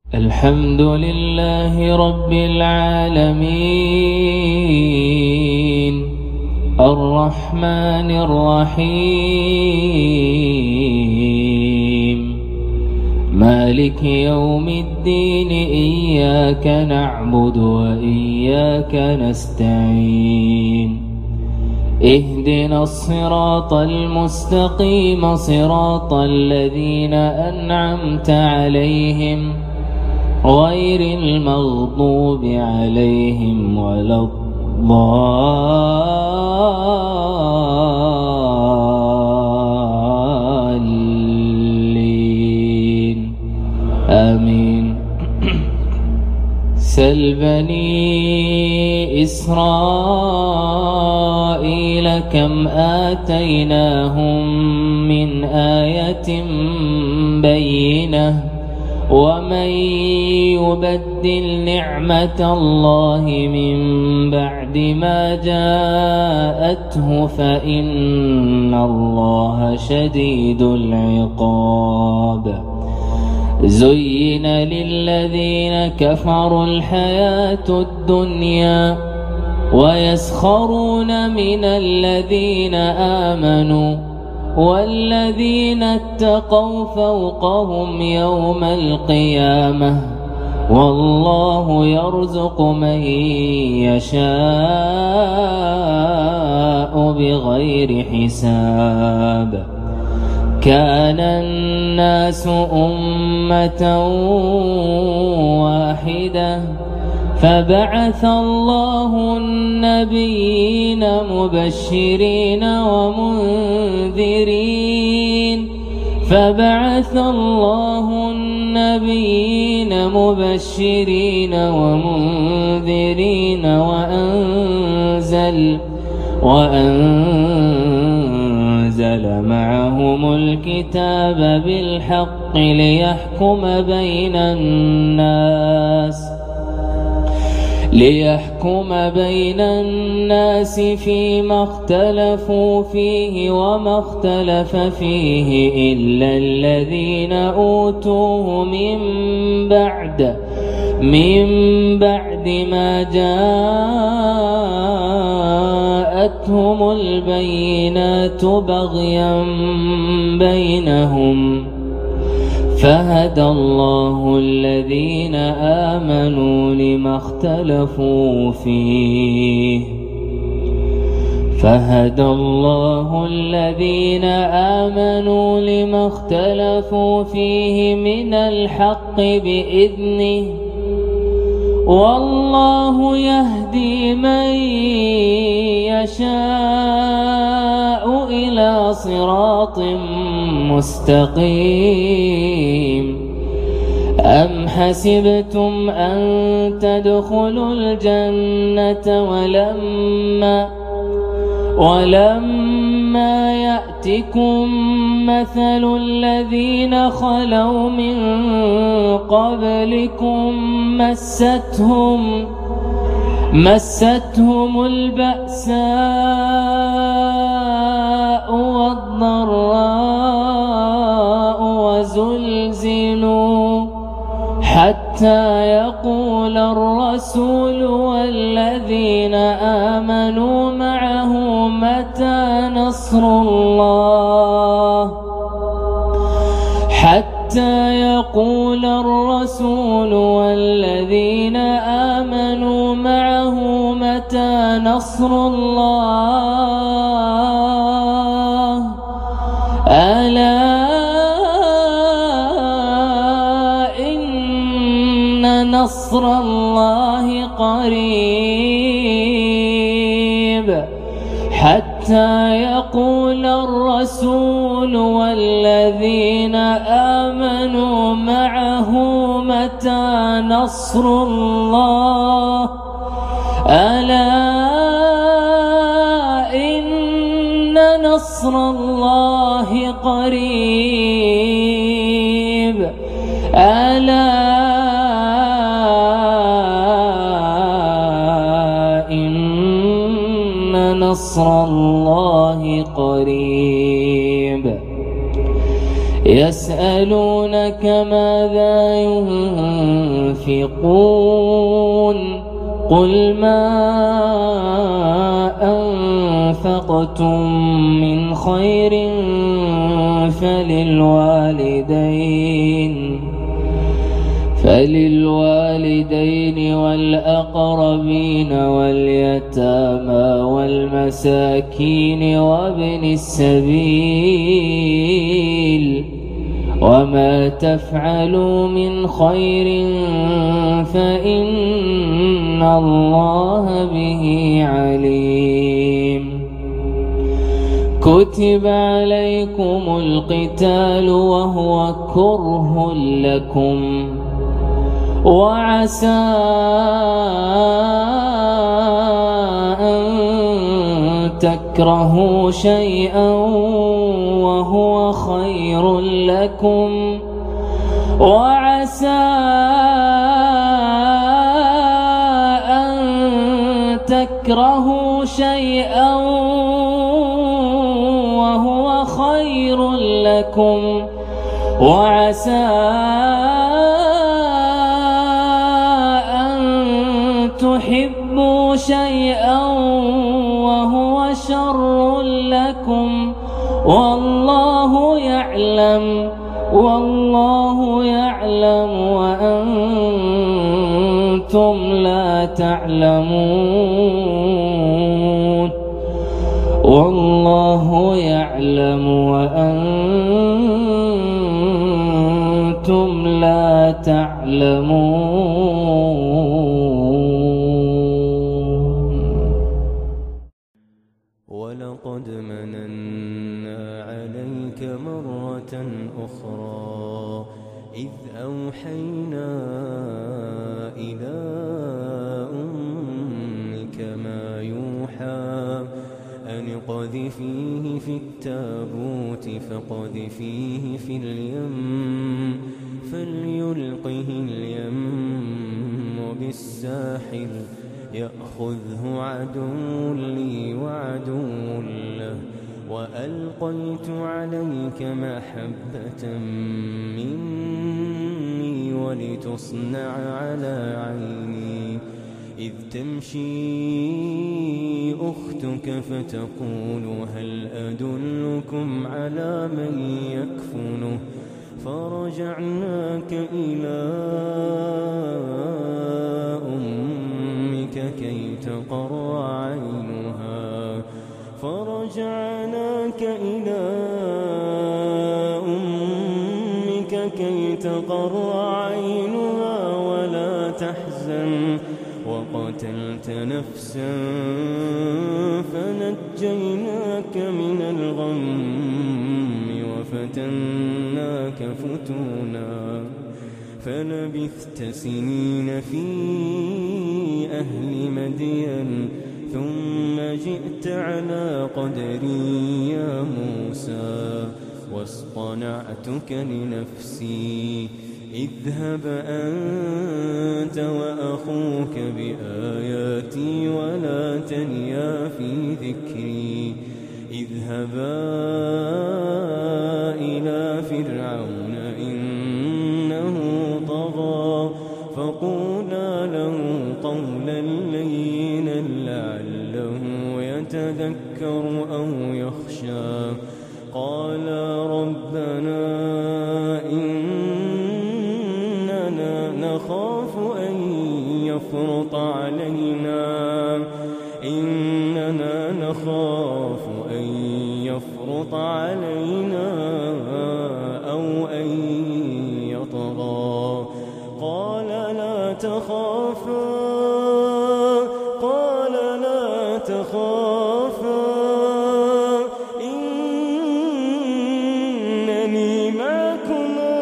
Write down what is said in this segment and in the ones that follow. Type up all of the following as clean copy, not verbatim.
الحمد لله رب العالمين الرحمن الرحيم مالك يوم الدين إياك نعبد وإياك نستعين اهدنا الصراط المستقيم صراط الذين أنعمت عليهم غير المغضوب عليهم ولا الضالين آمين. سل بني إسرائيل كم آتيناهم من آية بينة ومن يبدل نعمة الله من بعد ما جاءته فإن الله شديد العقاب. زين للذين كفروا الحياة الدنيا ويسخرون من الذين آمنوا والذين اتقوا فوقهم يوم القيامة والله يرزق من يشاء بغير حساب. كان الناس أمة واحدة فبعث الله النبيين مبشرين ومنذرين وأنزل معهم الكتاب بالحق ليحكم بين الناس فيما اختلفوا فيه وما اختلف فيه إلا الذين أوتوه من بعد ما جاءتهم البينات بغيا بينهم فهدى الله الذين آمنوا لما اختلفوا فيه من الحق بإذنه والله يهدي من يشاء إلى صراط مستقيم. أم حسبتم أن تدخلوا الجنة ولما يأتكم مثل الذين خلوا من قبلكم مستهم البأساء والضراء وزلزلوا حتى يقول الرسول والذين آمنوا معه متى نصر الله ألا إن نصر الله قريب. حتى يقول الرسول والذين آمنوا معه متى نصر الله ألا إن نصر الله قريب. ألا إن نصر الله قريب. يسألونك ماذا ينفقون ينفقون قل ما أنفقتم من خير فللوالدين والأقربين واليتامى والمساكين وابن السبيل وما تفعلوا من خير فإن الله به عليم. كتب عليكم القتال وهو كره لكم وعسى أن تكرهوا شيئا وهو خير لكم وعسى أن تكرهوا شيئا وهو خير لكم وعسى تحبوا شيئا وهو شر لكم والله يعلم وأنتم لا تعلمون. والله يعلم وأنتم لا تعلمون. ولقد مننا عليك مرة أخرى إذ أوحينا إلى أمك ما يوحى أن اقذفيه في التابوت فاقذفيه في اليم فليلقه اليم بالساحل يأخذه عدو لي وعدو له وألقيت عليك محبة مني ولتصنع على عيني إذ تمشي أختك فتقول هل أدلكم على من يكفله فرجعناك إلى أمك كي تقر عينها فرجعناك إلى أمك كي تقر عينها ولا تحزن وقتلت نفسا فنجيناك من الغم وفتناك فتونا فلبثت سنين في أهل مدين ثم جئت على قدري يا موسى واصطنعتك لنفسي اذهب أنت وأخوك بآياتي ولا تنيا في ذكري اذهبا إلى فرعون إنه طغى فقولا له قولا لينا لعله يتذكر أو يخشى قالا ربنا إننا نخاف أن يفرط علينا أو أن يطغى قال لا تخافا إنني معكما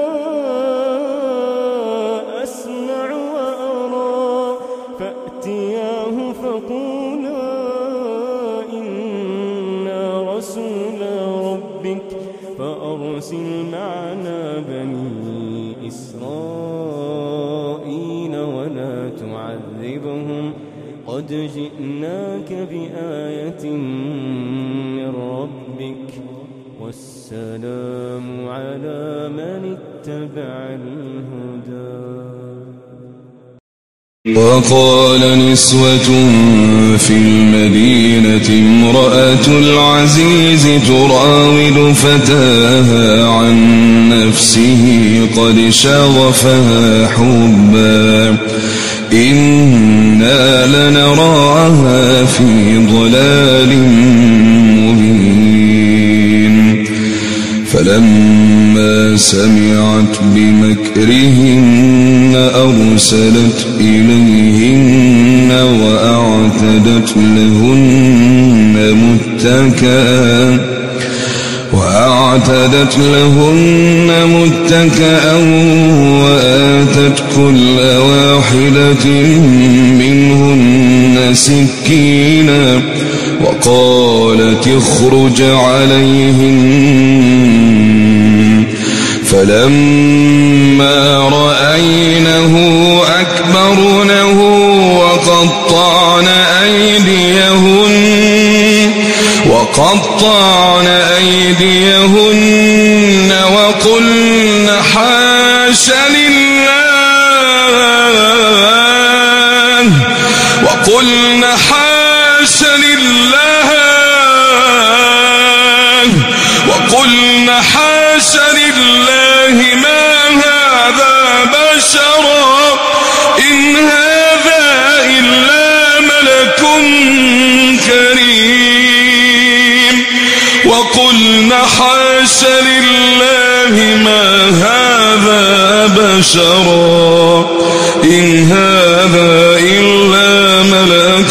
أسمع وأرى فأتياه فقولا إنا رسول ربك فأرسل معنا بني إسرائيل ولا تعذبهم قد جئناك بآية من ربك والسلام على من اتبع الهدى. وقال نسوة في المدينة امرأة العزيز تراود فتاها عن نفسه قد شغفها حبا إنا لنراها في ضلال مبين فلما سمعت بمكرهن أرسلت إليهن وأعتدت لهن متكأ وآتت كل واحدة منهن سكينا وقالت اخرج عليهن فلما رأينه أكبرنه وقطعن أيديهن وقلن حاش لله ما هذا بشرا إن هذا إلا ملك كريم وقلن حاش لله ما هذا بشرا إن هذا إلا ملك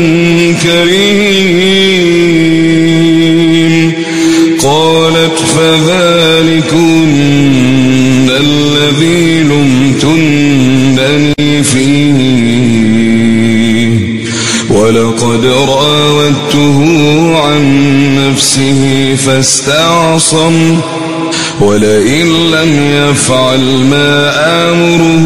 كريم قالت فذلكن الذي لمتنني فيه ولقد راودته عن نفسه فاستعصم ولئن لم يفعل ما آمره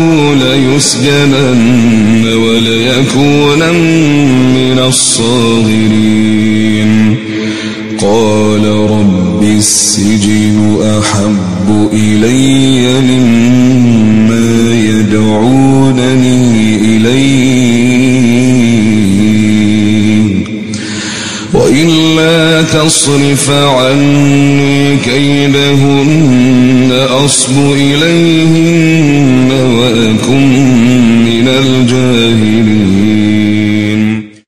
ليسجنن وليكونن من الصاغرين قال رب السجن أحب إلي مما يدعونني إليه وإلا تصرف عني كيدهن أصب إليهن وأكن من الجاهلين.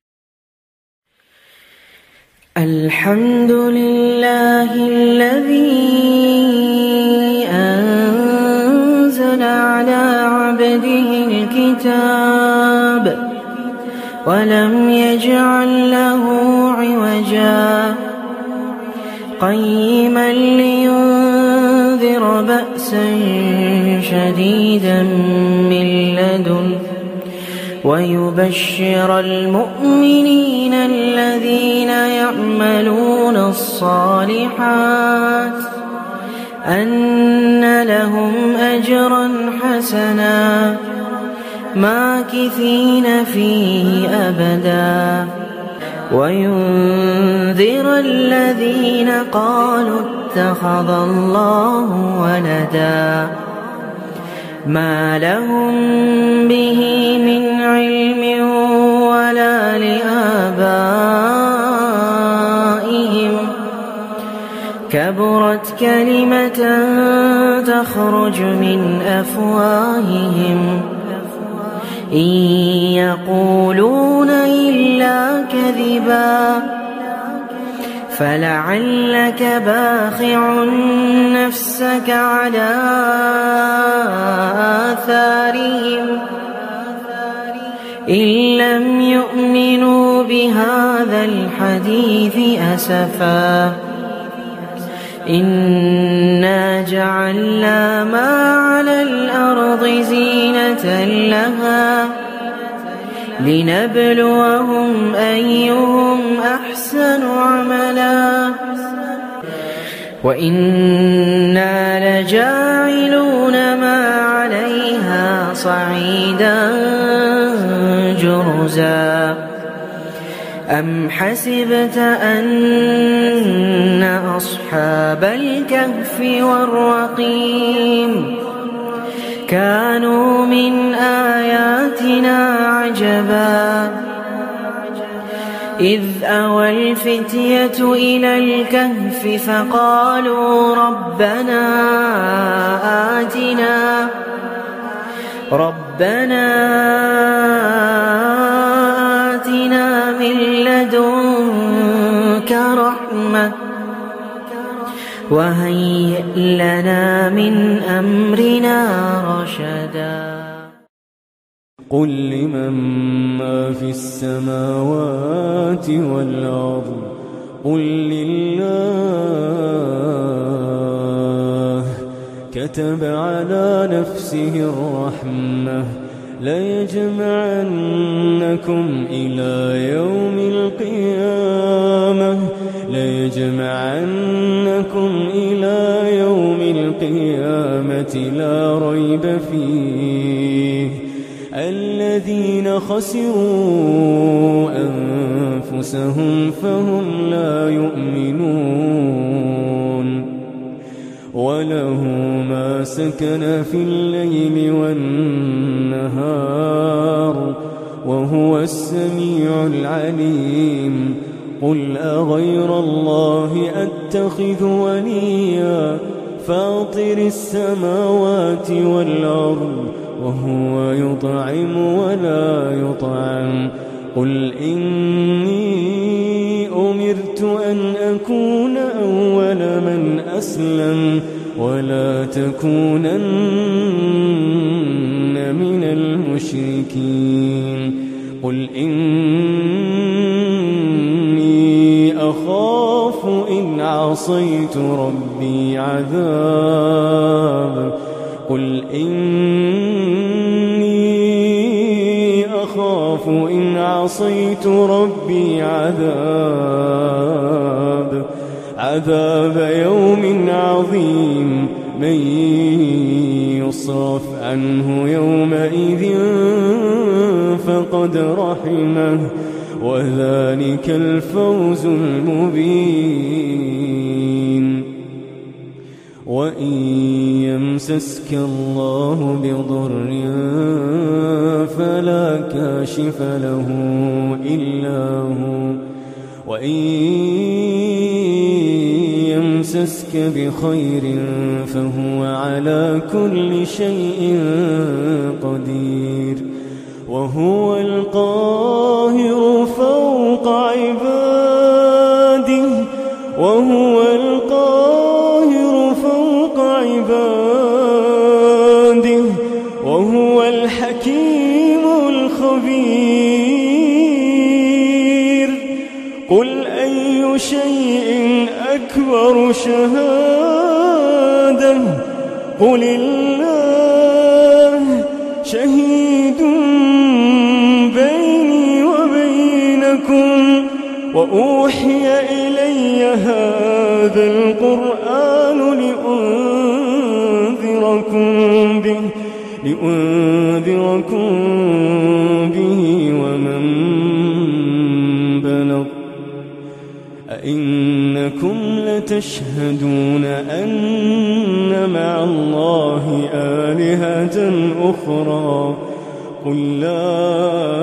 الحمد لله الذي أنزل على عبده الكتاب ولم يجعل له عوجا قيما لينذر بأسا شديدا من لدنه ويبشر المؤمنين الذين يعملون الصالحات أن لهم أجرا حسنا ماكثين فيه أبدا وينذر الذين قالوا اتخذ الله ولدا ما لهم به من علم ولا لآبائهم كبرت كلمة تخرج من أفواههم إن يقولون إلا كذبا فلعلك باخع نفسك على آثارهم إن لم يؤمنوا بهذا الحديث أسفا إنا جعلنا ما على الأرض زينة لها لنبلوهم أيهم أحسن عملا وإنا لجاعلون ما عليها صعيدا جرزا أم حسبت أن أصحاب الكهف والرقيم كانوا من آياتنا إذ أوى الفتية إلى الكهف فقالوا ربنا آتنا من لدنك رحمة وهيئ لنا من أمرنا رشدا قل لمن ما في السماوات والأرض قل لله كتب على نفسه الرحمة ليجمعنكم إلى يوم القيامة لا ريب فيه الذين خسروا أنفسهم فهم لا يؤمنون وله ما سكن في الليل والنهار وهو السميع العليم قل أغير الله أتخذ وليا فاطر السماوات والأرض وهو يطعم ولا يطعم قل إني أمرت أن أكون أول من أسلم ولا تكونن من المشركين قل إني أخاف إن عصيت ربي عذاب قل إني أخاف إن عصيت ربي عذاب يوم عظيم من يصرف عنه يومئذ فقد رحمه وذلك الفوز المبين وإن يمسسك الله بضر فلا كاشف له إلا هو وإن يمسسك بخير فهو على كل شيء قدير وهو القاهر فوق عباده وهو الحكيم الخبير قل أي شيء أكبر شهادة قل الله شهيد بيني وبينكم وأوحي إلي هذا القرآن لأنذركم به ومن بلغ أئنكم لتشهدون أن مع الله آلهة أخرى قل لا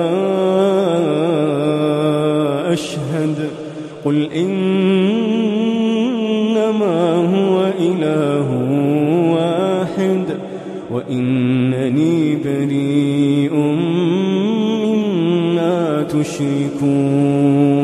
أشهد قل إنما هو إله واحد وإنني بريء مما تشركون